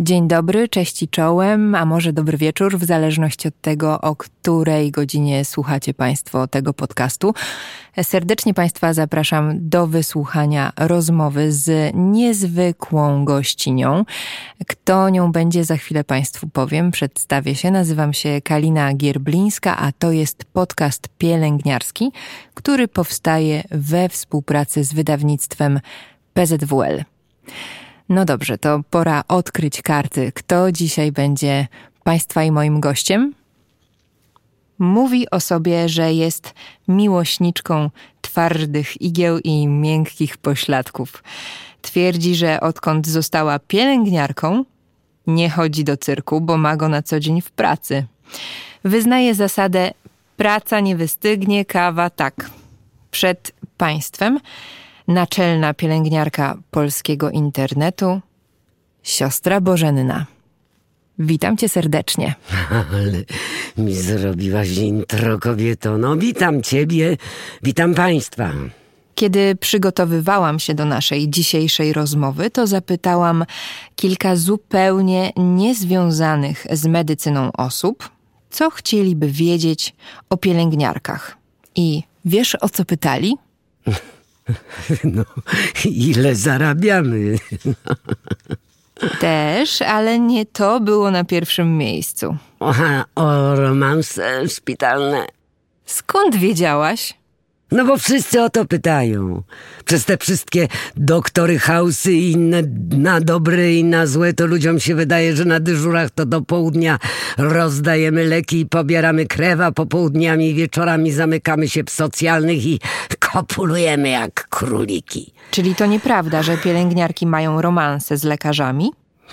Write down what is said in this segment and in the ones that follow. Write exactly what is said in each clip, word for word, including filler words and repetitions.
Dzień dobry, cześć i czołem, a może dobry wieczór, w zależności od tego, o której godzinie słuchacie Państwo tego podcastu. Serdecznie Państwa zapraszam do wysłuchania rozmowy z niezwykłą gościnią. Kto nią będzie, za chwilę Państwu powiem. Przedstawię się, nazywam się Kalina Gierblińska, a to jest podcast pielęgniarski, który powstaje we współpracy z wydawnictwem P Z W L. No dobrze, to pora odkryć karty. Kto dzisiaj będzie Państwa i moim gościem? Mówi o sobie, że jest miłośniczką twardych igieł i miękkich pośladków. Twierdzi, że odkąd została pielęgniarką, nie chodzi do cyrku, bo ma go na co dzień w pracy. Wyznaje zasadę: praca nie wystygnie, kawa tak. Przed państwem naczelna pielęgniarka polskiego internetu, siostra Bożenna. Witam cię serdecznie. Ale mi zrobiłaś intro, kobieto. No witam ciebie, witam państwa. Kiedy przygotowywałam się do naszej dzisiejszej rozmowy, to zapytałam kilka zupełnie niezwiązanych z medycyną osób, co chcieliby wiedzieć o pielęgniarkach. I wiesz, o co pytali? No, ile zarabiamy? Też, ale nie to było na pierwszym miejscu. Aha, o romanse szpitalne. Skąd wiedziałaś? No bo wszyscy o to pytają. Przez te wszystkie doktory House'y i inne na dobre i na złe, to ludziom się wydaje, że na dyżurach to do południa rozdajemy leki i pobieramy krew, a popołudniami i wieczorami zamykamy się w socjalnych i kopulujemy jak króliki. Czyli to nieprawda, że pielęgniarki mają romanse z lekarzami?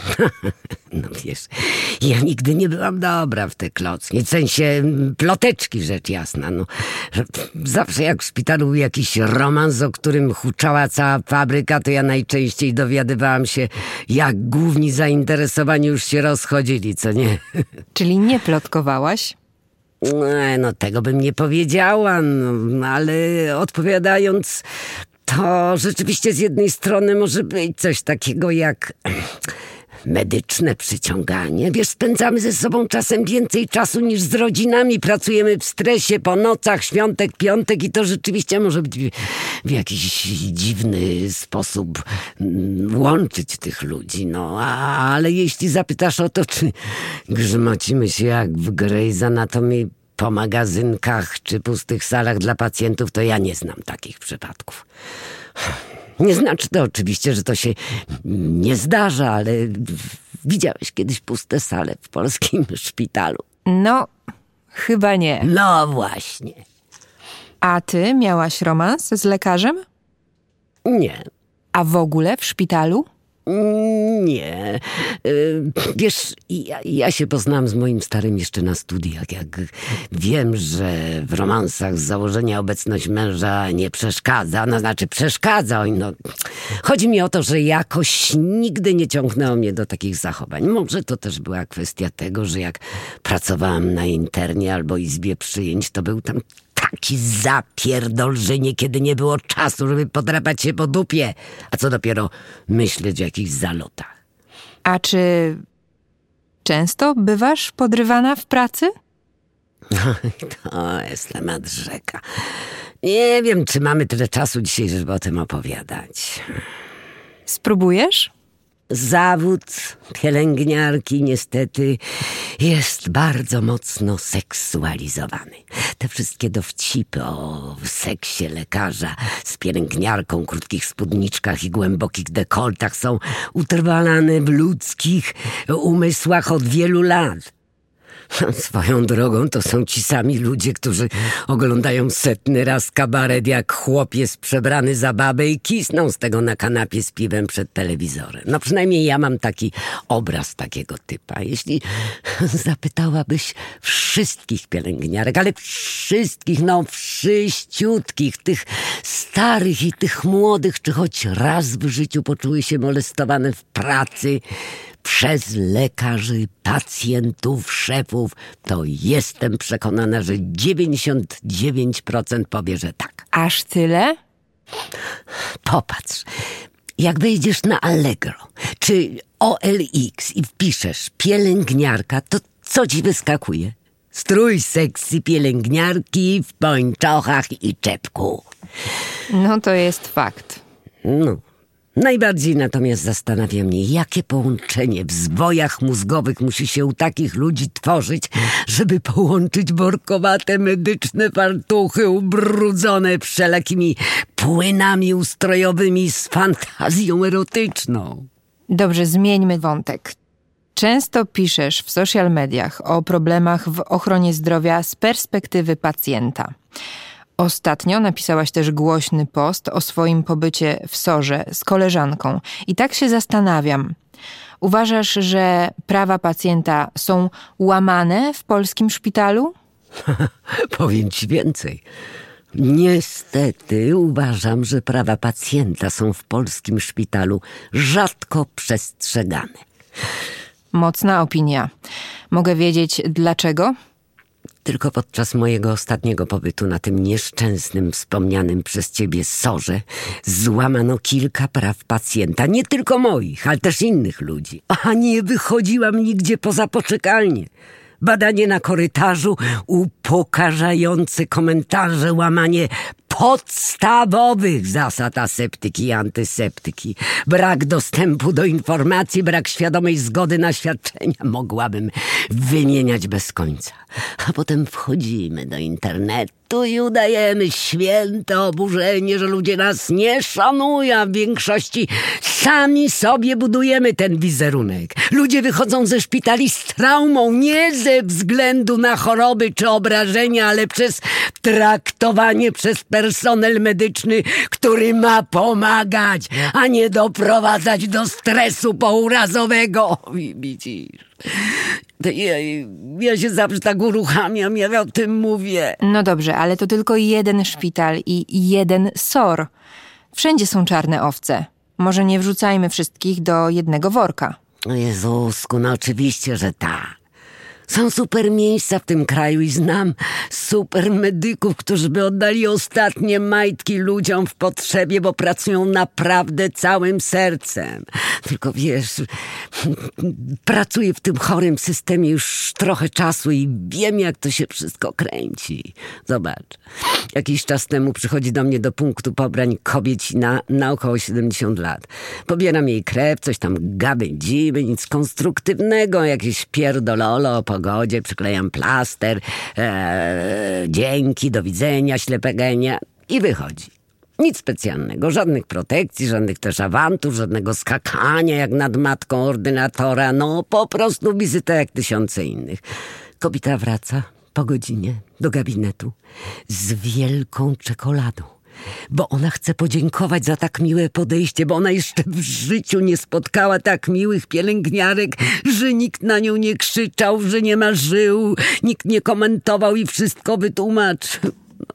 No wiesz, ja nigdy nie byłam dobra w te klocki. W sensie ploteczki, rzecz jasna. No, zawsze jak w szpitalu był jakiś romans, o którym huczała cała fabryka, to ja najczęściej dowiadywałam się, jak główni zainteresowani już się rozchodzili, co nie? Czyli nie plotkowałaś? No, no tego bym nie powiedziała, no, ale odpowiadając, to rzeczywiście z jednej strony może być coś takiego jak medyczne przyciąganie. Wiesz, spędzamy ze sobą czasem więcej czasu niż z rodzinami. Pracujemy w stresie po nocach, świątek, piątek i to rzeczywiście może być w, w jakiś dziwny sposób łączyć tych ludzi. No, a, ale jeśli zapytasz o to, czy grzmocimy się jak w Grey's Anatomy po magazynkach czy pustych salach dla pacjentów, to ja nie znam takich przypadków. Nie znaczy to oczywiście, że to się nie zdarza, ale widziałeś kiedyś puste sale w polskim szpitalu? No, chyba nie. No właśnie. A ty miałaś romans z lekarzem? Nie. A w ogóle w szpitalu? Nie. Wiesz, ja, ja się poznałam z moim starym jeszcze na studiach. Jak wiem, że w romansach z założenia obecność męża nie przeszkadza, no znaczy przeszkadza. No, chodzi mi o to, że jakoś nigdy nie ciągnęło mnie do takich zachowań. Może to też była kwestia tego, że jak pracowałam na internie albo izbie przyjęć, to był tam taki zapierdol, że niekiedy nie było czasu, żeby podrapać się po dupie. A co dopiero myśleć o jakichś zalotach. A czy często bywasz podrywana w pracy? To jest temat rzeka. Nie wiem, czy mamy tyle czasu dzisiaj, żeby o tym opowiadać. Spróbujesz? Zawód pielęgniarki niestety jest bardzo mocno seksualizowany. Te wszystkie dowcipy o seksie lekarza z pielęgniarką, krótkich spódniczkach i głębokich dekoltach są utrwalane w ludzkich umysłach od wielu lat. Swoją drogą to są ci sami ludzie, którzy oglądają setny raz kabaret, jak chłopiec przebrany za babę i kisną z tego na kanapie z piwem przed telewizorem. No przynajmniej ja mam taki obraz takiego typa. Jeśli zapytałabyś wszystkich pielęgniarek, ale wszystkich, no wszyściutkich, tych starych i tych młodych, czy choć raz w życiu poczuły się molestowane w pracy przez lekarzy, pacjentów, szefów, to jestem przekonana, że dziewięćdziesiąt dziewięć procent powie, że tak. Aż tyle? Popatrz, Jak wejdziesz na Allegro czy O L X i wpiszesz pielęgniarka, to co ci wyskakuje? Strój sexy pielęgniarki w pończochach i czepku. No to jest fakt. No. Najbardziej natomiast zastanawia mnie, jakie połączenie w zwojach mózgowych musi się u takich ludzi tworzyć, żeby połączyć workowate medyczne fartuchy ubrudzone wszelakimi płynami ustrojowymi z fantazją erotyczną. Dobrze, zmieńmy wątek. Często piszesz w social mediach o problemach w ochronie zdrowia z perspektywy pacjenta. Ostatnio napisałaś też głośny post o swoim pobycie w Sorze z koleżanką. I tak się zastanawiam. Uważasz, że prawa pacjenta są łamane w polskim szpitalu? Powiem ci więcej. Niestety uważam, że prawa pacjenta są w polskim szpitalu rzadko przestrzegane. Mocna opinia. Mogę wiedzieć dlaczego? Tylko podczas mojego ostatniego pobytu na tym nieszczęsnym, wspomnianym przez ciebie Sorze złamano kilka praw pacjenta. Nie tylko moich, ale też innych ludzi. A nie wychodziłam nigdzie poza poczekalnię. Badanie na korytarzu, upokarzające komentarze, łamanie podstawowych zasad aseptyki i antyseptyki, brak dostępu do informacji, brak świadomej zgody na świadczenia. Mogłabym wymieniać bez końca. A potem wchodzimy do internetu i udajemy święte oburzenie, że ludzie nas nie szanują, a w większości sami sobie budujemy ten wizerunek. Ludzie wychodzą ze szpitali z traumą, nie ze względu na choroby czy obrażenia, ale przez traktowanie przez personel medyczny, który ma pomagać, a nie doprowadzać do stresu pourazowego. I widzisz, ja, ja się zawsze tak uruchamiam, ja o tym mówię. No dobrze, ale to tylko jeden szpital i jeden SOR. Wszędzie są czarne owce. Może nie wrzucajmy wszystkich do jednego worka. O Jezusku, no oczywiście, że tak. Są super miejsca w tym kraju i znam super medyków, którzy by oddali ostatnie majtki ludziom w potrzebie, bo pracują naprawdę całym sercem. Tylko wiesz, pracuję w tym chorym systemie już trochę czasu i wiem, jak to się wszystko kręci. Zobacz, jakiś czas temu przychodzi do mnie do punktu pobrań kobiecina na około siedemdziesiąt lat. Pobieram jej krew, coś tam gawędzimy, nic konstruktywnego, jakieś pierdololo o pogodzie, przyklejam plaster, ee, dzięki, do widzenia, ślepe genia i wychodzi. Nic specjalnego, żadnych protekcji, żadnych też awantur, żadnego skakania jak nad matką ordynatora, no po prostu wizyta jak tysiące innych. Kobieta wraca po godzinie do gabinetu z wielką czekoladą, bo ona chce podziękować za tak miłe podejście, bo ona jeszcze w życiu nie spotkała tak miłych pielęgniarek, że nikt na nią nie krzyczał, że nie ma żył, nikt nie komentował i wszystko wytłumaczył.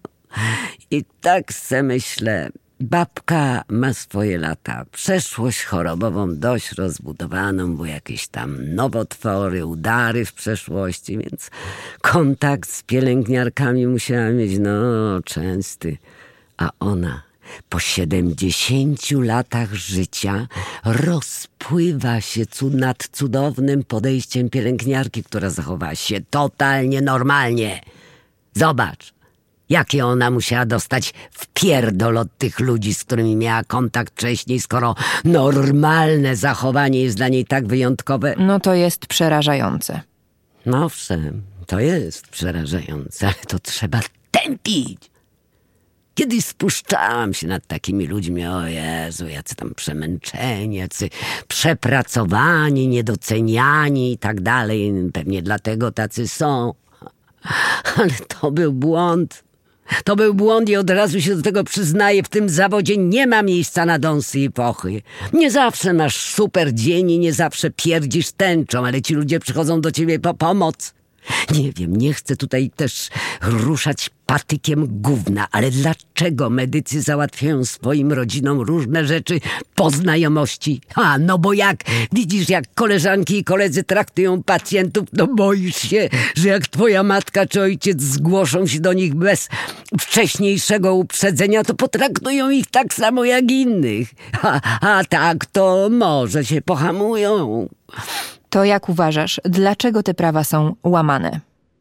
I tak se myślę, babka ma swoje lata, przeszłość chorobową dość rozbudowaną, bo jakieś tam nowotwory, udary w przeszłości, więc kontakt z pielęgniarkami musiała mieć, no, częsty. A ona po siedemdziesięciu latach życia rozpływa się nad cudownym podejściem pielęgniarki, która zachowała się totalnie normalnie. Zobacz, jakie ona musiała dostać wpierdol od tych ludzi, z którymi miała kontakt wcześniej, skoro normalne zachowanie jest dla niej tak wyjątkowe. No to jest przerażające. No owszem, to jest przerażające, ale to trzeba tępić. Kiedyś spuszczałam się nad takimi ludźmi, o Jezu, jacy tam przemęczeni, jacy przepracowani, niedoceniani i tak dalej. Pewnie dlatego tacy są. Ale to był błąd. To był błąd i od razu się do tego przyznaję. W tym zawodzie nie ma miejsca na dąsy i pochy. Nie zawsze masz super dzień i nie zawsze pierdzisz tęczą, ale ci ludzie przychodzą do ciebie po pomoc. Nie wiem, nie chcę tutaj też ruszać patykiem gówna. Ale dlaczego medycy załatwiają swoim rodzinom różne rzeczy po znajomości? A, no bo jak widzisz, jak koleżanki i koledzy traktują pacjentów, no boisz się, że jak twoja matka czy ojciec zgłoszą się do nich bez wcześniejszego uprzedzenia, to potraktują ich tak samo jak innych. A, a tak to może się pohamują. To jak uważasz, dlaczego te prawa są łamane?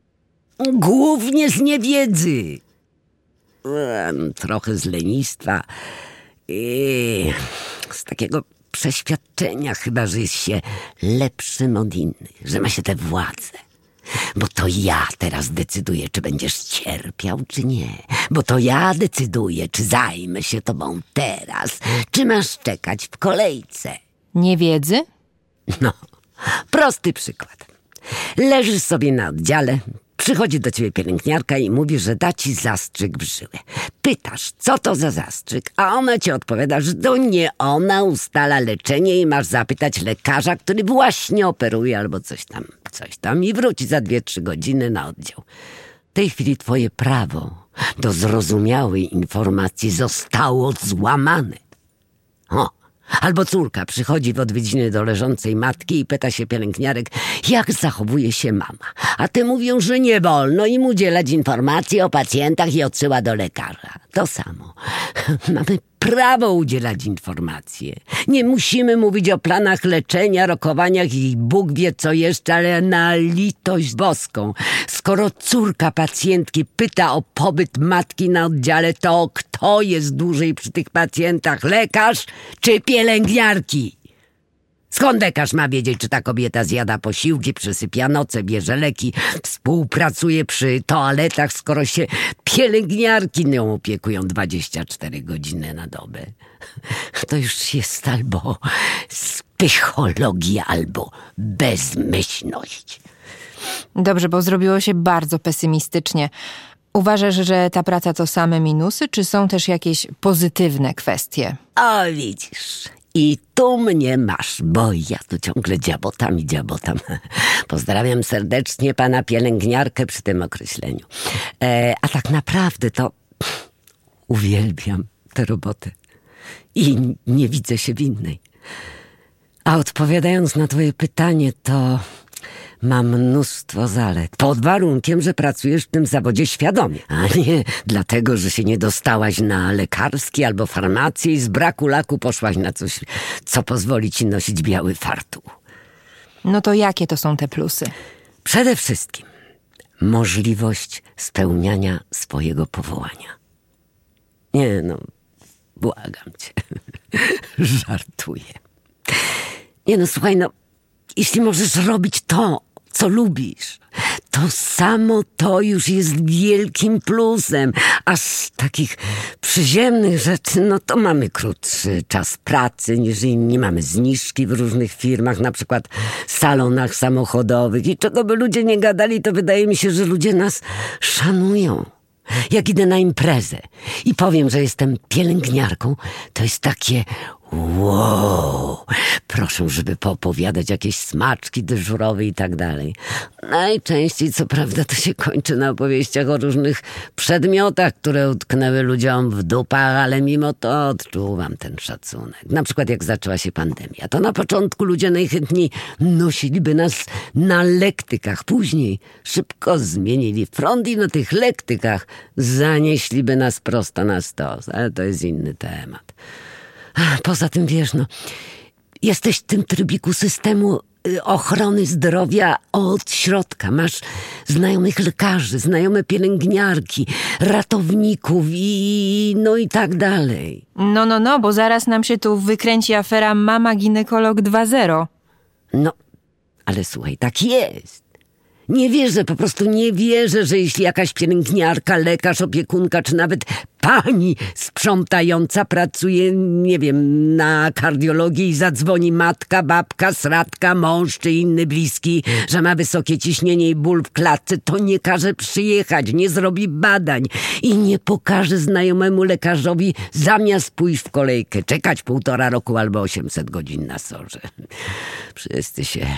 Głównie z niewiedzy. Trochę z lenistwa. I z takiego przeświadczenia chyba, że jest się lepszym od innych, że ma się tę władzę. Bo to ja teraz decyduję, czy będziesz cierpiał, czy nie. Bo to ja decyduję, czy zajmę się tobą teraz, czy masz czekać w kolejce. Niewiedzy? No, prosty przykład. Leżysz sobie na oddziale, przychodzi do ciebie pielęgniarka i mówi, że da ci zastrzyk w żyłę. Pytasz, co to za zastrzyk, a ona ci odpowiada, że to nie ona ustala leczenie i masz zapytać lekarza, który właśnie operuje albo coś tam, coś tam i wróci za dwie, trzy godziny na oddział. W tej chwili twoje prawo do zrozumiałej informacji zostało złamane. O! Albo córka przychodzi w odwiedziny do leżącej matki i pyta się pielęgniarek, jak zachowuje się mama. A te mówią, że nie wolno im udzielać informacji o pacjentach i odsyła do lekarza. To samo. Mamy prawo udzielać informacji. Nie musimy mówić o planach leczenia, rokowaniach i Bóg wie co jeszcze, ale na litość boską. Skoro córka pacjentki pyta o pobyt matki na oddziale, to kto jest dłużej przy tych pacjentach? Lekarz czy pielęgniarki? Skąd lekarz ma wiedzieć, czy ta kobieta zjada posiłki, przysypia noce, bierze leki, współpracuje przy toaletach, skoro się pielęgniarki nią opiekują dwadzieścia cztery godziny na dobę? To już jest albo psychologia, albo bezmyślność. Dobrze, bo zrobiło się bardzo pesymistycznie. Uważasz, że ta praca to same minusy, czy są też jakieś pozytywne kwestie? O, widzisz... I tu mnie masz, bo ja tu ciągle dziabotam i dziabotam. Pozdrawiam serdecznie pana pielęgniarkę przy tym określeniu. E, a tak naprawdę to uwielbiam tę robotę i nie widzę się w innej. A odpowiadając na twoje pytanie, to mam mnóstwo zalet. Pod warunkiem, że pracujesz w tym zawodzie świadomie, a nie dlatego, że się nie dostałaś na lekarski albo farmację i z braku laku poszłaś na coś, co pozwoli ci nosić biały fartuch. No to jakie to są te plusy? Przede wszystkim możliwość spełniania swojego powołania. Nie no, błagam cię. Żartuję. Nie no, słuchaj, no, jeśli możesz robić to, co lubisz, to samo to już jest wielkim plusem. A z takich przyziemnych rzeczy, no to mamy krótszy czas pracy niż inni. Mamy zniżki w różnych firmach, na przykład salonach samochodowych. I czego by ludzie nie gadali, to wydaje mi się, że ludzie nas szanują. Jak idę na imprezę i powiem, że jestem pielęgniarką, to jest takie wow, proszę, żeby poopowiadać jakieś smaczki dyżurowe i tak dalej. Najczęściej, co prawda, to się kończy na opowieściach o różnych przedmiotach, które utknęły ludziom w dupach, ale mimo to odczuwam ten szacunek. Na przykład jak zaczęła się pandemia, to na początku ludzie najchętniej nosiliby nas na lektykach. Później szybko zmienili front i na tych lektykach zanieśliby nas prosto na stos. Ale to jest inny temat. Poza tym, wiesz, no, jesteś w tym trybiku systemu ochrony zdrowia od środka. Masz znajomych lekarzy, znajome pielęgniarki, ratowników i no i tak dalej. No, no, no, bo zaraz nam się tu wykręci afera Mama Ginekolog dwa zero. No, ale słuchaj, tak jest. Nie wierzę, po prostu nie wierzę, że jeśli jakaś pielęgniarka, lekarz, opiekunka, czy nawet pani sprzątająca pracuje, nie wiem, na kardiologii i zadzwoni matka, babka, sratka, mąż czy inny bliski, że ma wysokie ciśnienie i ból w klatce, to nie każe przyjechać, nie zrobi badań i nie pokaże znajomemu lekarzowi zamiast pójść w kolejkę, czekać półtora roku albo osiemset godzin na sorze. Wszyscy się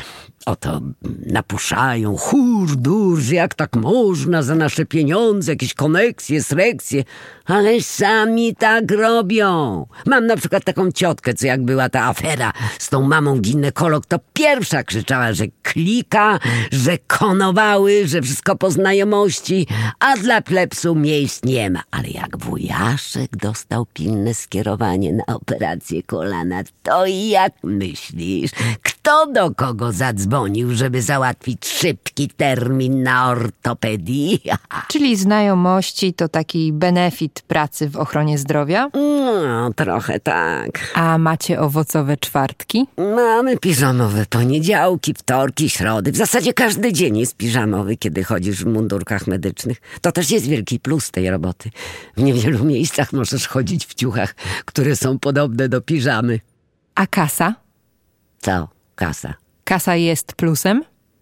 oto napuszają, hur, durż, jak tak można za nasze pieniądze, jakieś koneksje, srekcje, ale sami tak robią. Mam na przykład taką ciotkę, co jak była ta afera z tą mamą ginekolog, to pierwsza krzyczała, że klika, że konowały, że wszystko po znajomości, a dla plebsu miejsc nie ma. Ale jak wujaszek dostał pilne skierowanie na operację kolana, to jak myślisz, kto do kogo zadzwonił, żeby załatwić szybki termin na ortopedii? Czyli znajomości to taki benefit pracy w ochronie zdrowia? No, trochę tak. A macie owocowe czwartki? Mamy piżamowe poniedziałki, wtorki, środy. W zasadzie każdy dzień jest piżamowy, kiedy chodzisz w mundurkach medycznych. To też jest wielki plus tej roboty. W niewielu miejscach możesz chodzić w ciuchach, które są podobne do piżamy. A kasa? Co? Kasa. Kasa jest plusem?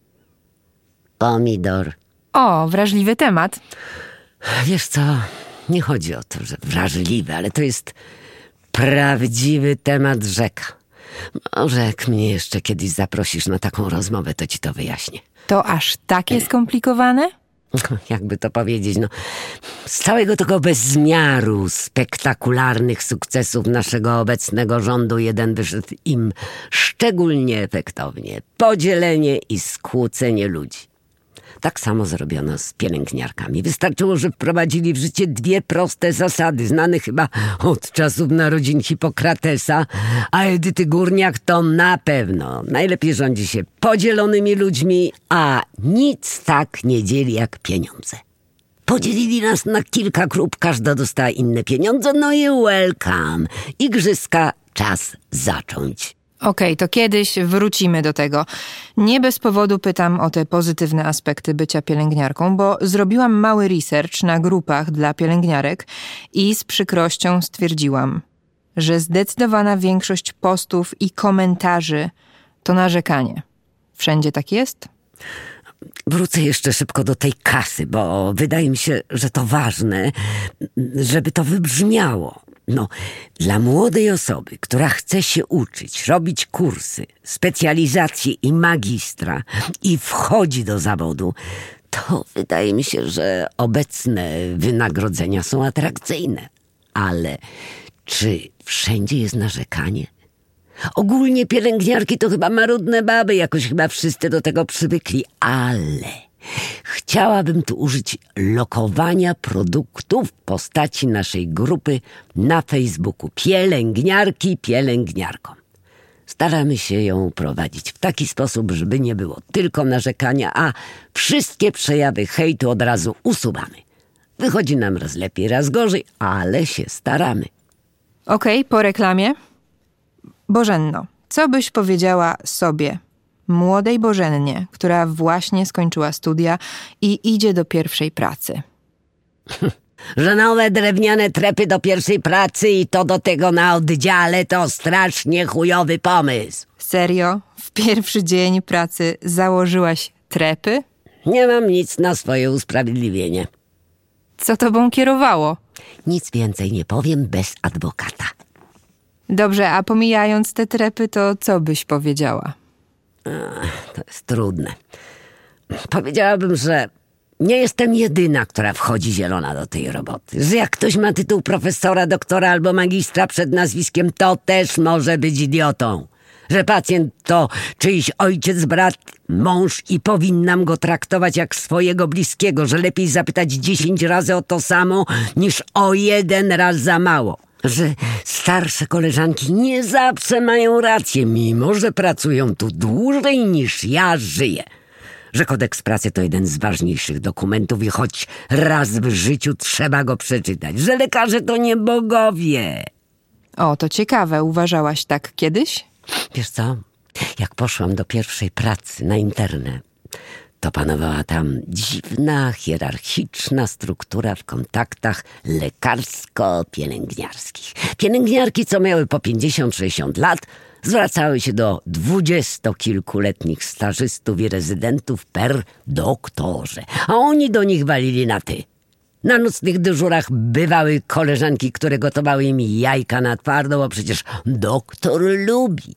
Pomidor. O, wrażliwy temat. Wiesz co, nie chodzi o to, że wrażliwy, ale to jest prawdziwy temat rzeka. Może jak mnie jeszcze kiedyś zaprosisz na taką rozmowę, to ci to wyjaśnię. To aż takie skomplikowane? Jakby to powiedzieć, no, z całego tego bezmiaru spektakularnych sukcesów naszego obecnego rządu jeden wyszedł im szczególnie efektownie. Podzielenie i skłócenie ludzi. Tak samo zrobiono z pielęgniarkami. Wystarczyło, że wprowadzili w życie dwie proste zasady, znane chyba od czasów narodzin Hipokratesa, a Edyty Górniak to na pewno. Najlepiej rządzi się podzielonymi ludźmi, a nic tak nie dzieli jak pieniądze. Podzielili nas na kilka grup, każda dostała inne pieniądze, no i welcome. Igrzyska, czas zacząć. Okej, okay, to kiedyś wrócimy do tego. Nie bez powodu pytam o te pozytywne aspekty bycia pielęgniarką, bo zrobiłam mały research na grupach dla pielęgniarek i z przykrością stwierdziłam, że zdecydowana większość postów i komentarzy to narzekanie. Wszędzie tak jest? Wrócę jeszcze szybko do tej kasy, bo wydaje mi się, że to ważne, żeby to wybrzmiało. No, dla młodej osoby, która chce się uczyć, robić kursy, specjalizacje i magistra i wchodzi do zawodu, to wydaje mi się, że obecne wynagrodzenia są atrakcyjne. Ale czy wszędzie jest narzekanie? Ogólnie pielęgniarki to chyba marudne baby, jakoś chyba wszyscy do tego przywykli, ale chciałabym tu użyć lokowania produktów w postaci naszej grupy na Facebooku. Pielęgniarki pielęgniarkom. Staramy się ją prowadzić w taki sposób, żeby nie było tylko narzekania, a wszystkie przejawy hejtu od razu usuwamy. Wychodzi nam raz lepiej, raz gorzej, ale się staramy. Okej, okay, po reklamie. Bożenno, co byś powiedziała sobie, młodej Bożennie, która właśnie skończyła studia i idzie do pierwszej pracy? Że nowe drewniane trepy do pierwszej pracy i to do tego na oddziale to strasznie chujowy pomysł. Serio? W pierwszy dzień pracy założyłaś trepy? Nie mam nic na swoje usprawiedliwienie. Co tobą kierowało? Nic więcej nie powiem bez adwokata. Dobrze, a pomijając te trepy, to co byś powiedziała? Ach, to jest trudne. Powiedziałabym, że nie jestem jedyna, która wchodzi zielona do tej roboty. Że jak ktoś ma tytuł profesora, doktora albo magistra przed nazwiskiem, to też może być idiotą. Że pacjent to czyjś ojciec, brat, mąż i powinnam go traktować jak swojego bliskiego. Że lepiej zapytać dziesięć razy o to samo, niż o jeden raz za mało. Że starsze koleżanki nie zawsze mają rację, mimo że pracują tu dłużej niż ja żyję. Że kodeks pracy to jeden z ważniejszych dokumentów i choć raz w życiu trzeba go przeczytać. Że lekarze to nie bogowie. O, to ciekawe. Uważałaś tak kiedyś? Wiesz co? Jak poszłam do pierwszej pracy na internet, to panowała tam dziwna, hierarchiczna struktura w kontaktach lekarsko-pielęgniarskich. Pielęgniarki, co miały po pięćdziesiąt sześćdziesiąt lat, zwracały się do dwudziestokilkuletnich stażystów i rezydentów per doktorze, a oni do nich walili na ty. Na nocnych dyżurach bywały koleżanki, które gotowały im jajka na twardo, bo przecież doktor lubi.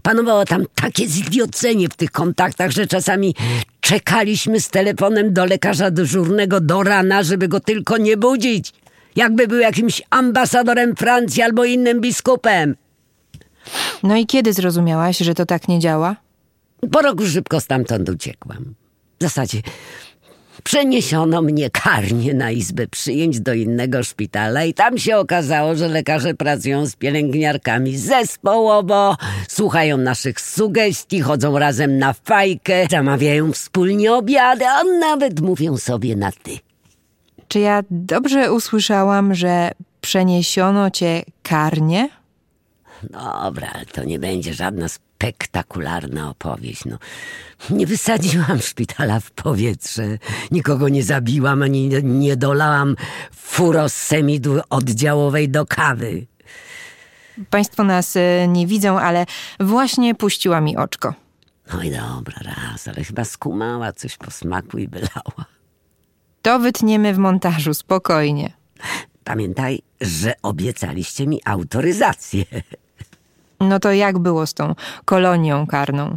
Panowało tam takie zidiocenie w tych kontaktach, że czasami czekaliśmy z telefonem do lekarza dyżurnego do rana, żeby go tylko nie budzić. Jakby był jakimś ambasadorem Francji albo innym biskupem. No i kiedy zrozumiałaś, że to tak nie działa? Po roku szybko stamtąd uciekłam. W zasadzie przeniesiono mnie karnie na izbę przyjęć do innego szpitala i tam się okazało, że lekarze pracują z pielęgniarkami zespołowo, słuchają naszych sugestii, chodzą razem na fajkę, zamawiają wspólnie obiady, a nawet mówią sobie na ty. Czy ja dobrze usłyszałam, że przeniesiono cię karnie? Dobra, ale to nie będzie żadna spektakularna opowieść. No, nie wysadziłam szpitala w powietrze, nikogo nie zabiłam, ani nie dolałam furossemidu oddziałowej do kawy. Państwo nas y, nie widzą, ale właśnie puściła mi oczko. Oj, dobra, raz, ale chyba skumała coś po smaku i wylała. To wytniemy w montażu, spokojnie. Pamiętaj, że obiecaliście mi autoryzację. No to jak było z tą kolonią karną?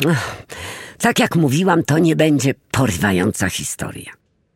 Tak jak mówiłam, to nie będzie porywająca historia.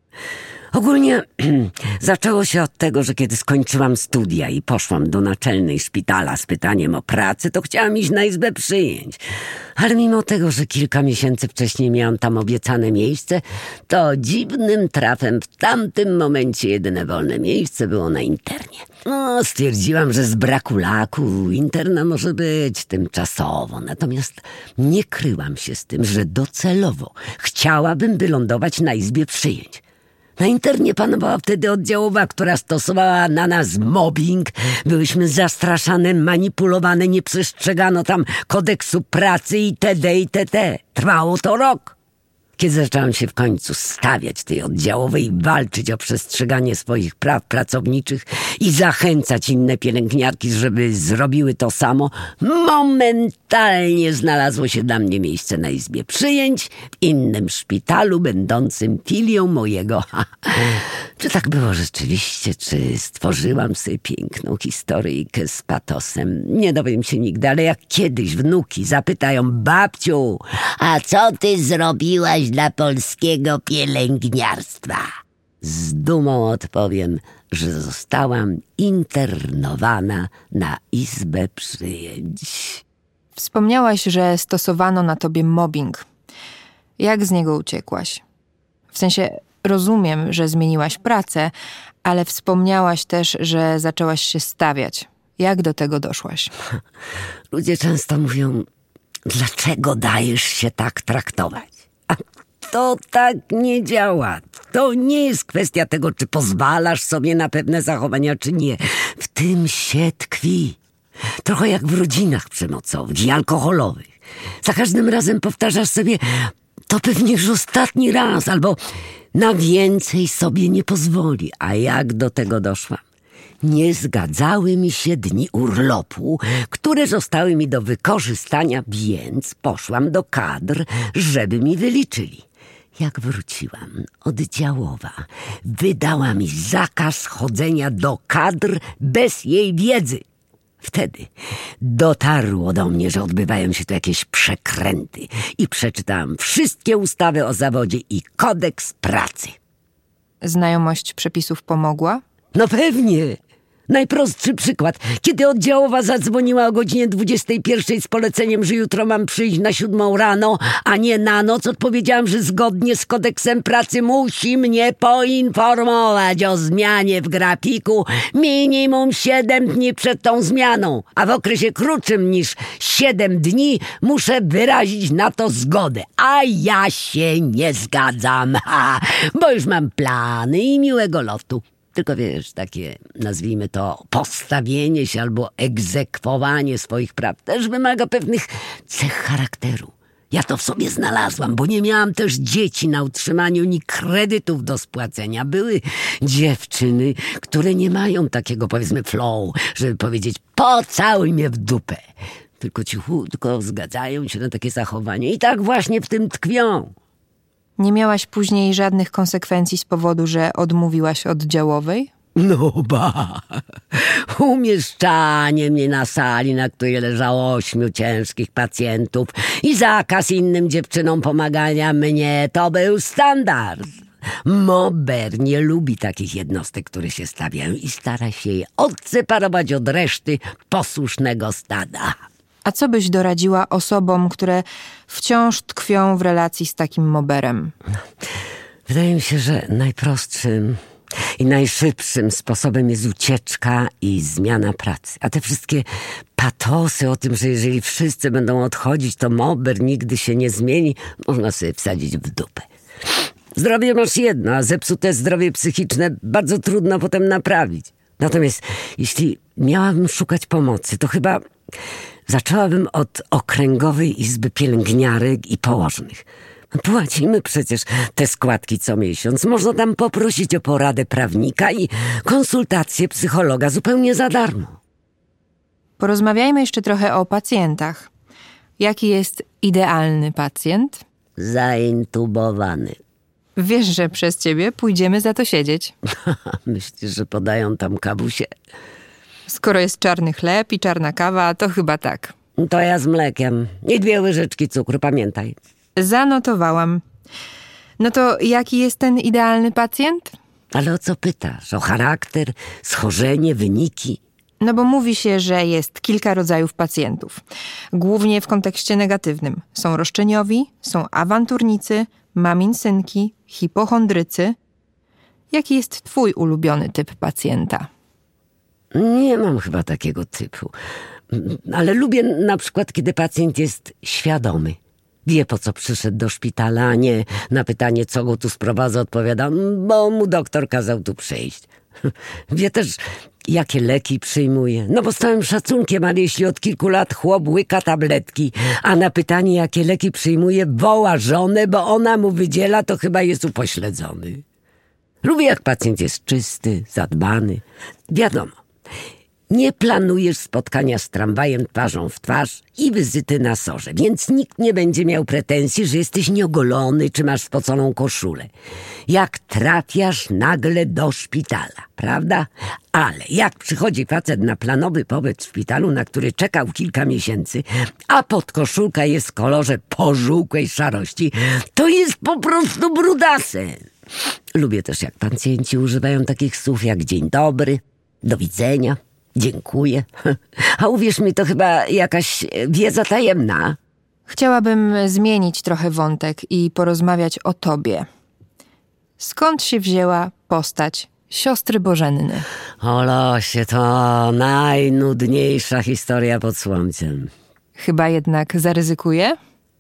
Ogólnie zaczęło się od tego, że kiedy skończyłam studia i poszłam do naczelnej szpitala z pytaniem o pracę, to chciałam iść na izbę przyjęć. Ale mimo tego, że kilka miesięcy wcześniej miałam tam obiecane miejsce, to dziwnym trafem w tamtym momencie jedyne wolne miejsce było na internie. No, stwierdziłam, że z braku laku interna może być tymczasowo. Natomiast nie kryłam się z tym, że docelowo chciałabym wylądować na izbie przyjęć. Na internie panowała wtedy oddziałowa, która stosowała na nas mobbing. Byłyśmy zastraszane, manipulowane, nie przestrzegano tam kodeksu pracy itd. itd. Trwało to rok. Kiedy zaczęłam się w końcu stawiać tej oddziałowej i walczyć o przestrzeganie swoich praw pracowniczych i zachęcać inne pielęgniarki, żeby zrobiły to samo, momentalnie znalazło się dla mnie miejsce na izbie przyjęć w innym szpitalu będącym filią mojego. Czy tak było rzeczywiście? Czy stworzyłam sobie piękną historyjkę z patosem? Nie dowiem się nigdy, ale jak kiedyś wnuki zapytają: babciu, a co ty zrobiłaś dla polskiego pielęgniarstwa? Z dumą odpowiem, że zostałam internowana na izbę przyjęć. Wspomniałaś, że stosowano na tobie mobbing. Jak z niego uciekłaś? W sensie rozumiem, że zmieniłaś pracę, ale wspomniałaś też, że zaczęłaś się stawiać. Jak do tego doszłaś? Ludzie często mówią: dlaczego dajesz się tak traktować? A to tak nie działa. To nie jest kwestia tego, czy pozwalasz sobie na pewne zachowania, czy nie. W tym się tkwi. Trochę jak w rodzinach przemocowych i alkoholowych. Za każdym razem powtarzasz sobie: to pewnie już ostatni raz, albo na więcej sobie nie pozwoli. A jak do tego doszłam? Nie zgadzały mi się dni urlopu, które zostały mi do wykorzystania, więc poszłam do kadr, żeby mi wyliczyli. Jak wróciłam, oddziałowa wydała mi zakaz chodzenia do kadr bez jej wiedzy. Wtedy dotarło do mnie, że odbywają się tu jakieś przekręty i przeczytałam wszystkie ustawy o zawodzie i kodeks pracy. Znajomość przepisów pomogła? No pewnie. Najprostszy przykład. Kiedy oddziałowa zadzwoniła o godzinie dwudziestej pierwszej z poleceniem, że jutro mam przyjść na siódmą rano, a nie na noc, odpowiedziałam, że zgodnie z kodeksem pracy musi mnie poinformować o zmianie w grafiku minimum siedem dni przed tą zmianą, a w okresie krótszym niż siedem dni muszę wyrazić na to zgodę. A ja się nie zgadzam, ha, bo już mam plany i miłego lotu. Tylko wiesz, takie, nazwijmy to, postawienie się albo egzekwowanie swoich praw też wymaga pewnych cech charakteru. Ja to w sobie znalazłam, bo nie miałam też dzieci na utrzymaniu, ni kredytów do spłacenia. Były dziewczyny, które nie mają takiego, powiedzmy, flow, żeby powiedzieć: pocałuj mnie w dupę. Tylko cichutko zgadzają się na takie zachowanie i tak właśnie w tym tkwią. Nie miałaś później żadnych konsekwencji z powodu, że odmówiłaś oddziałowej? No ba, umieszczanie mnie na sali, na której leżało ośmiu ciężkich pacjentów i zakaz innym dziewczynom pomagania mnie, to był standard. Mober nie lubi takich jednostek, które się stawiają i stara się je odseparować od reszty posłusznego stada. A co byś doradziła osobom, które wciąż tkwią w relacji z takim moberem? Wydaje mi się, że najprostszym i najszybszym sposobem jest ucieczka i zmiana pracy. A te wszystkie patosy o tym, że jeżeli wszyscy będą odchodzić, to mober nigdy się nie zmieni, można sobie wsadzić w dupę. Zdrowie masz jedno, a zepsute zdrowie psychiczne bardzo trudno potem naprawić. Natomiast jeśli miałabym szukać pomocy, to chyba zaczęłabym od Okręgowej Izby Pielęgniarek i Położnych. Płacimy przecież te składki co miesiąc. Można tam poprosić o poradę prawnika i konsultację psychologa zupełnie za darmo. Porozmawiajmy jeszcze trochę o pacjentach. Jaki jest idealny pacjent? Zaintubowany. Wiesz, że przez ciebie pójdziemy za to siedzieć. Myślisz, że podają tam kawusie? Skoro jest czarny chleb i czarna kawa, to chyba tak. To ja z mlekiem. I dwie łyżeczki cukru, pamiętaj. Zanotowałam. No to jaki jest ten idealny pacjent? Ale o co pytasz? O charakter, schorzenie, wyniki? No bo mówi się, że jest kilka rodzajów pacjentów. Głównie w kontekście negatywnym. Są roszczeniowi, są awanturnicy, maminsynki, hipochondrycy. Jaki jest twój ulubiony typ pacjenta? Nie mam chyba takiego typu. Ale lubię na przykład, kiedy pacjent jest świadomy. Wie, po co przyszedł do szpitala, a nie na pytanie, co go tu sprowadza, odpowiada, bo mu doktor kazał tu przyjść. Wie też, jakie leki przyjmuje. No bo z całym szacunkiem, ale jeśli od kilku lat chłop łyka tabletki, a na pytanie, jakie leki przyjmuje, woła żonę, bo ona mu wydziela, to chyba jest upośledzony. Lubię, jak pacjent jest czysty, zadbany. Wiadomo, nie planujesz spotkania z tramwajem twarzą w twarz i wizyty na sorze, więc nikt nie będzie miał pretensji, że jesteś nieogolony czy masz spoconą koszulę. Jak trafiasz nagle do szpitala, prawda? Ale jak przychodzi facet na planowy pobyt w szpitalu, na który czekał kilka miesięcy, a podkoszulka jest w kolorze pożółkłej szarości, to jest po prostu brudasem. Lubię też, jak pacjenci używają takich słów jak dzień dobry, do widzenia, dziękuję. A uwierz mi, to chyba jakaś wiedza tajemna. Chciałabym zmienić trochę wątek i porozmawiać o tobie. Skąd się wzięła postać siostry Bożenny? O losie, to najnudniejsza historia pod słońcem. Chyba jednak zaryzykuję?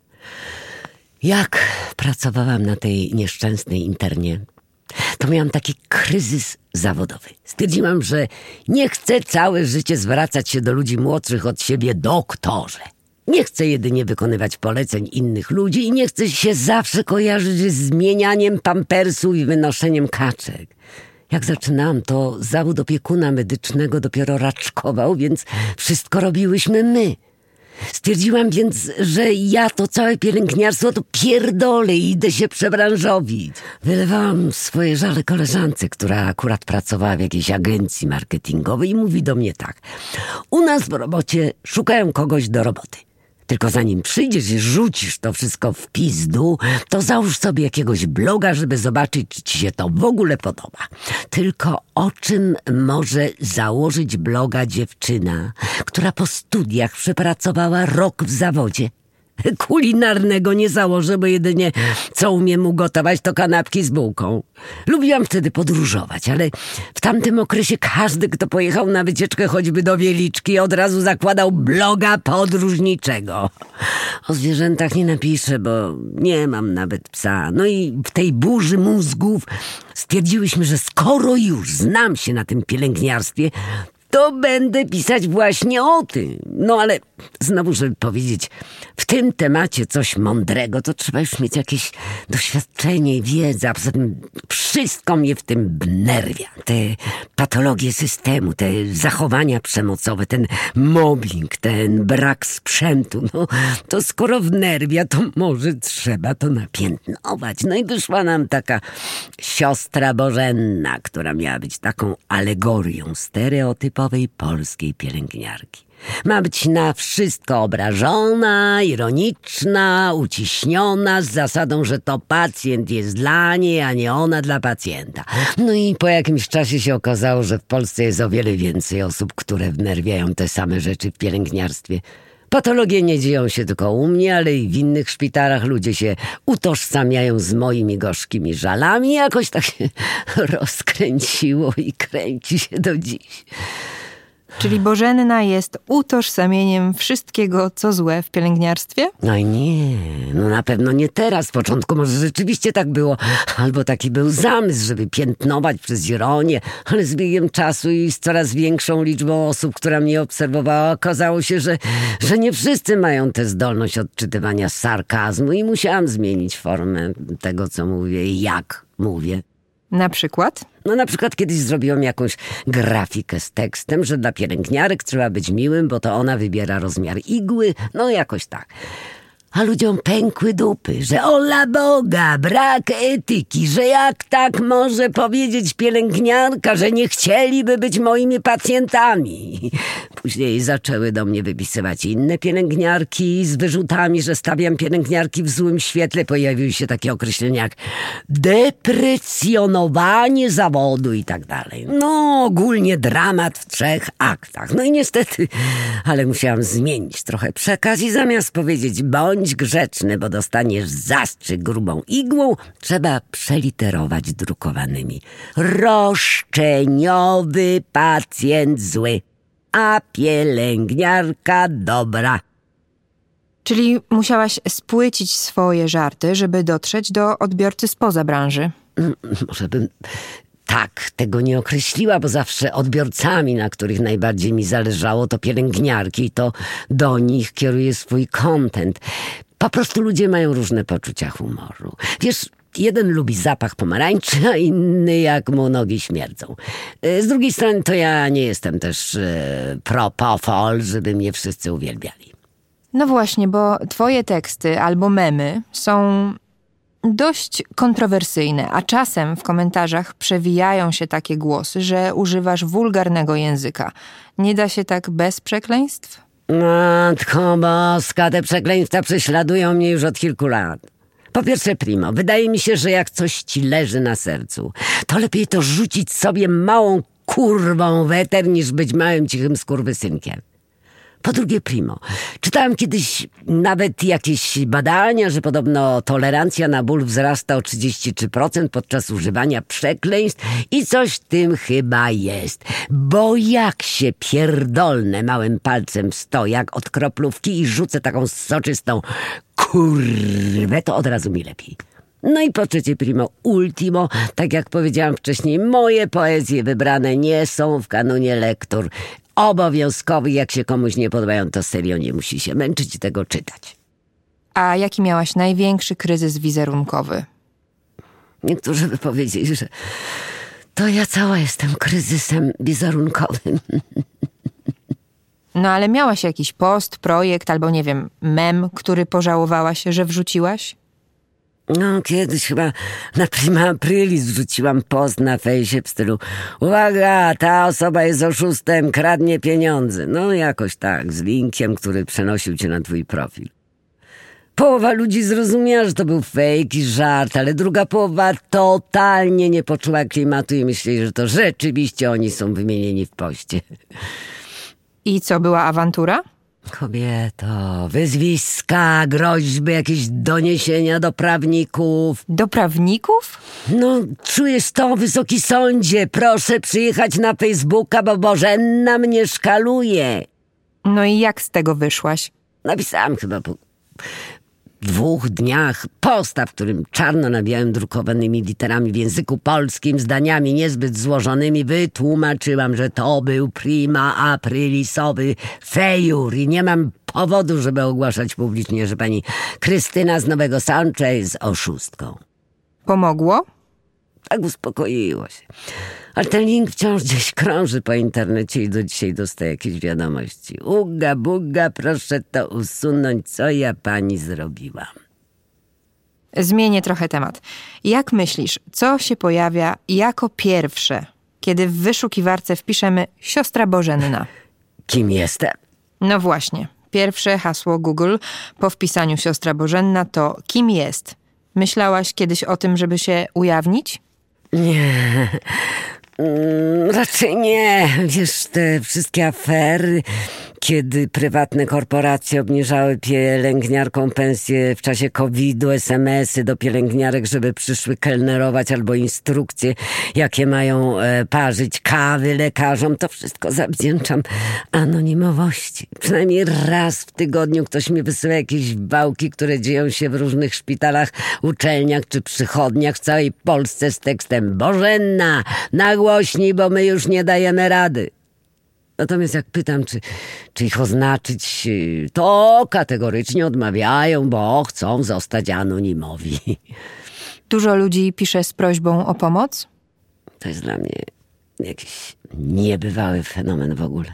Jak pracowałam na tej nieszczęsnej internie, to miałam taki kryzys zawodowy. Stwierdziłam, że nie chcę całe życie zwracać się do ludzi młodszych od siebie doktorze. Nie chcę jedynie wykonywać poleceń innych ludzi i nie chcę się zawsze kojarzyć z zmienianiem pampersów i wynoszeniem kaczek. Jak zaczynałam, to zawód opiekuna medycznego dopiero raczkował, więc wszystko robiłyśmy my. Stwierdziłam więc, że ja to całe pielęgniarstwo to pierdolę i idę się przebranżowić. Wylewałam swoje żale koleżance, która akurat pracowała w jakiejś agencji marketingowej i mówi do mnie tak. U nas w robocie szukają kogoś do roboty. Tylko zanim przyjdziesz i rzucisz to wszystko w pizdu, to załóż sobie jakiegoś bloga, żeby zobaczyć, czy ci się to w ogóle podoba. Tylko o czym może założyć bloga dziewczyna, która po studiach przepracowała rok w zawodzie? Kulinarnego nie założę, bo jedynie co umiem ugotować, to kanapki z bułką. Lubiłam wtedy podróżować, ale w tamtym okresie każdy, kto pojechał na wycieczkę choćby do Wieliczki, od razu zakładał bloga podróżniczego. O zwierzętach nie napiszę, bo nie mam nawet psa. No i w tej burzy mózgów stwierdziłyśmy, że skoro już znam się na tym pielęgniarstwie, to będę pisać właśnie o tym. No ale znowu, żeby powiedzieć w tym temacie coś mądrego, to trzeba już mieć jakieś doświadczenie i wiedzę, a poza tym wszystko mnie w tym wnerwia. Te patologie systemu, te zachowania przemocowe, ten mobbing, ten brak sprzętu, no to skoro wnerwia, to może trzeba to napiętnować. No i wyszła nam taka siostra Bożenna, która miała być taką alegorią stereotypowej polskiej pielęgniarki. Ma być na wszystko obrażona, ironiczna, uciśniona, z zasadą, że to pacjent jest dla niej, a nie ona dla pacjenta. No i po jakimś czasie się okazało, że w Polsce jest o wiele więcej osób, które wnerwiają te same rzeczy w pielęgniarstwie. Patologie nie dzieją się tylko u mnie, ale i w innych szpitalach ludzie się utożsamiają z moimi gorzkimi żalami. Jakoś tak się rozkręciło i kręci się do dziś. Czyli Bożenna jest utożsamieniem wszystkiego, co złe w pielęgniarstwie? No nie, no na pewno nie teraz. W początku może rzeczywiście tak było. Albo taki był zamysł, żeby piętnować przez ironię. Ale z biegiem czasu i z coraz większą liczbą osób, która mnie obserwowała, okazało się, że, że nie wszyscy mają tę zdolność odczytywania sarkazmu i musiałam zmienić formę tego, co mówię i jak mówię. Na przykład? No na przykład kiedyś zrobiłam jakąś grafikę z tekstem, że dla pielęgniarek trzeba być miłym, bo to ona wybiera rozmiar igły, no jakoś tak. A ludziom pękły dupy, że ola Boga, brak etyki, że jak tak może powiedzieć pielęgniarka, że nie chcieliby być moimi pacjentami. Później zaczęły do mnie wypisywać inne pielęgniarki z wyrzutami, że stawiam pielęgniarki w złym świetle. Pojawiły się takie określenia jak deprecjonowanie zawodu i tak dalej. No ogólnie dramat w trzech aktach. No i niestety, ale musiałam zmienić trochę przekaz i zamiast powiedzieć bądź grzeczny, bo dostaniesz zastrzyk grubą igłą, trzeba przeliterować drukowanymi. Roszczeniowy pacjent zły, a pielęgniarka dobra. Czyli musiałaś spłycić swoje żarty, żeby dotrzeć do odbiorcy spoza branży. Może bym tak tego nie określiła, bo zawsze odbiorcami, na których najbardziej mi zależało, to pielęgniarki i to do nich kieruję swój content. Po prostu ludzie mają różne poczucia humoru. Wiesz, jeden lubi zapach pomarańczy, a inny jak mu nogi śmierdzą. Z drugiej strony to ja nie jestem też e, propofol, żeby mnie wszyscy uwielbiali. No właśnie, bo twoje teksty albo memy są dość kontrowersyjne, a czasem w komentarzach przewijają się takie głosy, że używasz wulgarnego języka. Nie da się tak bez przekleństw? Matko boska, te przekleństwa prześladują mnie już od kilku lat. Po pierwsze, primo, wydaje mi się, że jak coś ci leży na sercu, to lepiej to rzucić sobie małą kurwą w eter, niż być małym cichym skurwysynkiem. Po drugie, primo, czytałem kiedyś nawet jakieś badania, że podobno tolerancja na ból wzrasta o trzydzieści trzy procent podczas używania przekleństw i coś w tym chyba jest. Bo jak się pierdolnę małym palcem w stojak od kroplówki i rzucę taką soczystą kurwę, to od razu mi lepiej. No i po trzecie, primo, ultimo, tak jak powiedziałam wcześniej, moje poezje wybrane nie są w kanonie lektur obowiązkowych. Jak się komuś nie podobają, to serio nie musi się męczyć i tego czytać. A jaki miałaś największy kryzys wizerunkowy? Niektórzy by powiedzieli, że to ja cała jestem kryzysem wizerunkowym. No ale miałaś jakiś post, projekt albo nie wiem, mem, który pożałowałaś, że wrzuciłaś? No, kiedyś chyba na prima aprilis wrzuciłam post na fejsie w stylu uwaga, ta osoba jest oszustem, kradnie pieniądze. No jakoś tak, z linkiem, który przenosił cię na twój profil. Połowa ludzi zrozumiała, że to był fake i żart, ale druga połowa totalnie nie poczuła klimatu i myśleli, że to rzeczywiście oni są wymienieni w poście. I co, była awantura? Kobieto, wyzwiska, groźby, jakieś doniesienia do prawników. Do prawników? No, czujesz to, wysoki sądzie, proszę przyjechać na Facebooka, bo Bożenna mnie szkaluje. No i jak z tego wyszłaś? Napisałam chyba po dwóch dniach posta, w którym czarno na białym drukowanymi literami w języku polskim, zdaniami niezbyt złożonymi, wytłumaczyłam, że to był prima aprilisowy fejur i nie mam powodu, żeby ogłaszać publicznie, że pani Krystyna z Nowego Sącza jest oszustką. Pomogło? Tak uspokoiło się. Ale ten link wciąż gdzieś krąży po internecie i do dzisiaj dostaję jakieś wiadomości. Uga, buga, proszę to usunąć, co ja pani zrobiłam. Zmienię trochę temat. Jak myślisz, co się pojawia jako pierwsze, kiedy w wyszukiwarce wpiszemy siostra Bożenna? Kim jestem? No właśnie. Pierwsze hasło Google po wpisaniu siostra Bożenna to kim jest? Myślałaś kiedyś o tym, żeby się ujawnić? Nie, mm, raczej nie. Wiesz, te wszystkie afery, kiedy prywatne korporacje obniżały pielęgniarkom pensje w czasie kowida, es em esy do pielęgniarek, żeby przyszły kelnerować, albo instrukcje, jakie mają e, parzyć kawy lekarzom, to wszystko zawdzięczam anonimowości. Przynajmniej raz w tygodniu ktoś mi wysyła jakieś wałki, które dzieją się w różnych szpitalach, uczelniach czy przychodniach w całej Polsce z tekstem: Bożenna, nagłośnij, bo my już nie dajemy rady. Natomiast jak pytam, czy, czy ich oznaczyć, to kategorycznie odmawiają, bo chcą zostać anonimowi. Dużo ludzi pisze z prośbą o pomoc? To jest dla mnie jakiś niebywały fenomen w ogóle.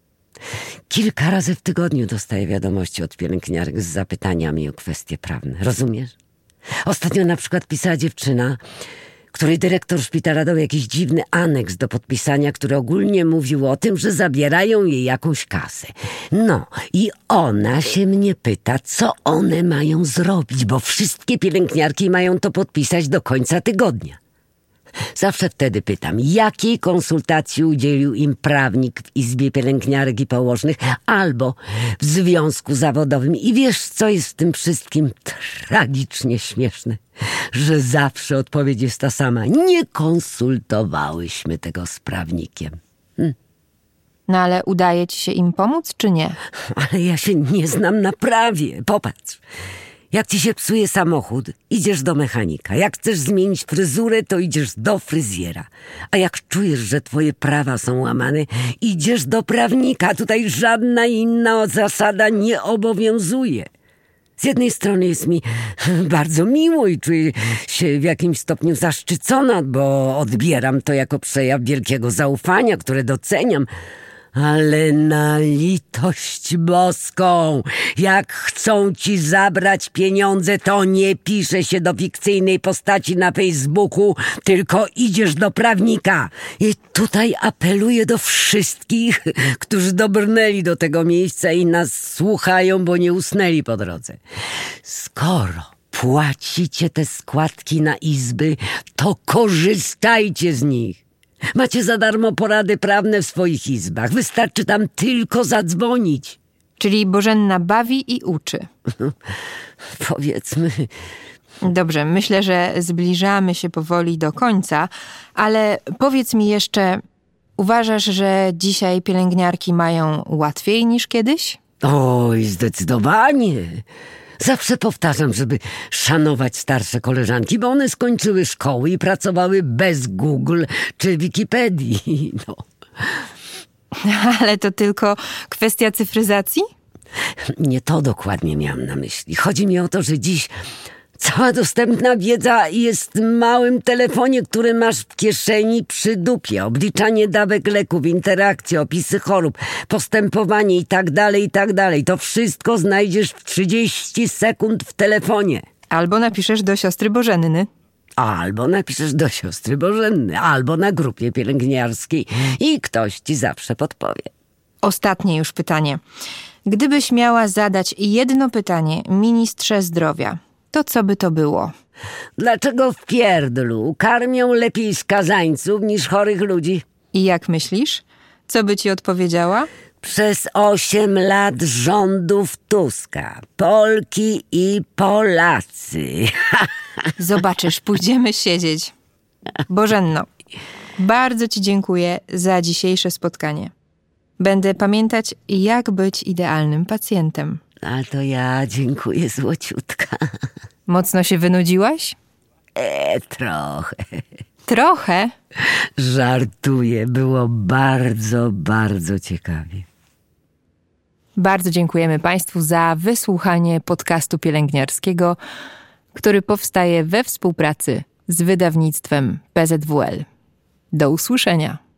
Kilka razy w tygodniu dostaję wiadomości od pielęgniarek z zapytaniami o kwestie prawne. Rozumiesz? Ostatnio na przykład pisała dziewczyna, której dyrektor szpitala dał jakiś dziwny aneks do podpisania, który ogólnie mówił o tym, że zabierają jej jakąś kasę. No i ona się mnie pyta, co one mają zrobić, bo wszystkie pielęgniarki mają to podpisać do końca tygodnia. Zawsze wtedy pytam, jakiej konsultacji udzielił im prawnik w Izbie Pielęgniarek i Położnych albo w związku zawodowym. I wiesz, co jest w tym wszystkim tragicznie śmieszne? Że zawsze odpowiedź jest ta sama. Nie konsultowałyśmy tego z prawnikiem. Hm. No ale udaje ci się im pomóc, czy nie? Ale ja się nie znam na prawie. Popatrz. Jak ci się psuje samochód, idziesz do mechanika. Jak chcesz zmienić fryzurę, to idziesz do fryzjera. A jak czujesz, że twoje prawa są łamane, idziesz do prawnika. Tutaj żadna inna zasada nie obowiązuje. Z jednej strony jest mi bardzo miło i czuję się w jakimś stopniu zaszczycona, bo odbieram to jako przejaw wielkiego zaufania, które doceniam. Ale na litość boską, jak chcą ci zabrać pieniądze, to nie pisze się do fikcyjnej postaci na Facebooku, tylko idziesz do prawnika. I tutaj apeluję do wszystkich, którzy dobrnęli do tego miejsca i nas słuchają, bo nie usnęli po drodze. Skoro płacicie te składki na izby, to korzystajcie z nich. Macie za darmo porady prawne w swoich izbach. Wystarczy tam tylko zadzwonić. Czyli Bożenna bawi i uczy. Powiedzmy. Dobrze, myślę, że zbliżamy się powoli do końca, ale powiedz mi jeszcze, uważasz, że dzisiaj pielęgniarki mają łatwiej niż kiedyś? Oj, zdecydowanie. Zawsze powtarzam, żeby szanować starsze koleżanki, bo one skończyły szkoły i pracowały bez Google czy Wikipedii. No. Ale to tylko kwestia cyfryzacji? Nie to dokładnie miałam na myśli. Chodzi mi o to, że dziś cała dostępna wiedza jest w małym telefonie, który masz w kieszeni przy dupie. Obliczanie dawek leków, interakcje, opisy chorób, postępowanie i tak dalej, i tak dalej. To wszystko znajdziesz w trzydzieści sekund w telefonie. Albo napiszesz do siostry Bożenny. Albo napiszesz do siostry Bożenny, albo na grupie pielęgniarskiej i ktoś ci zawsze podpowie. Ostatnie już pytanie. Gdybyś miała zadać jedno pytanie ministrze zdrowia, to co by to było? Dlaczego w pierdlu karmią lepiej skazańców niż chorych ludzi? I jak myślisz? Co by ci odpowiedziała? Przez osiem lat rządów Tuska. Polki i Polacy. Zobaczysz, pójdziemy siedzieć. Bożenno, bardzo ci dziękuję za dzisiejsze spotkanie. Będę pamiętać, jak być idealnym pacjentem. A to ja dziękuję, złociutka. Mocno się wynudziłaś? E, trochę. Trochę? Żartuję, było bardzo, bardzo ciekawie. Bardzo dziękujemy Państwu za wysłuchanie podcastu pielęgniarskiego, który powstaje we współpracy z wydawnictwem P Z W L. Do usłyszenia.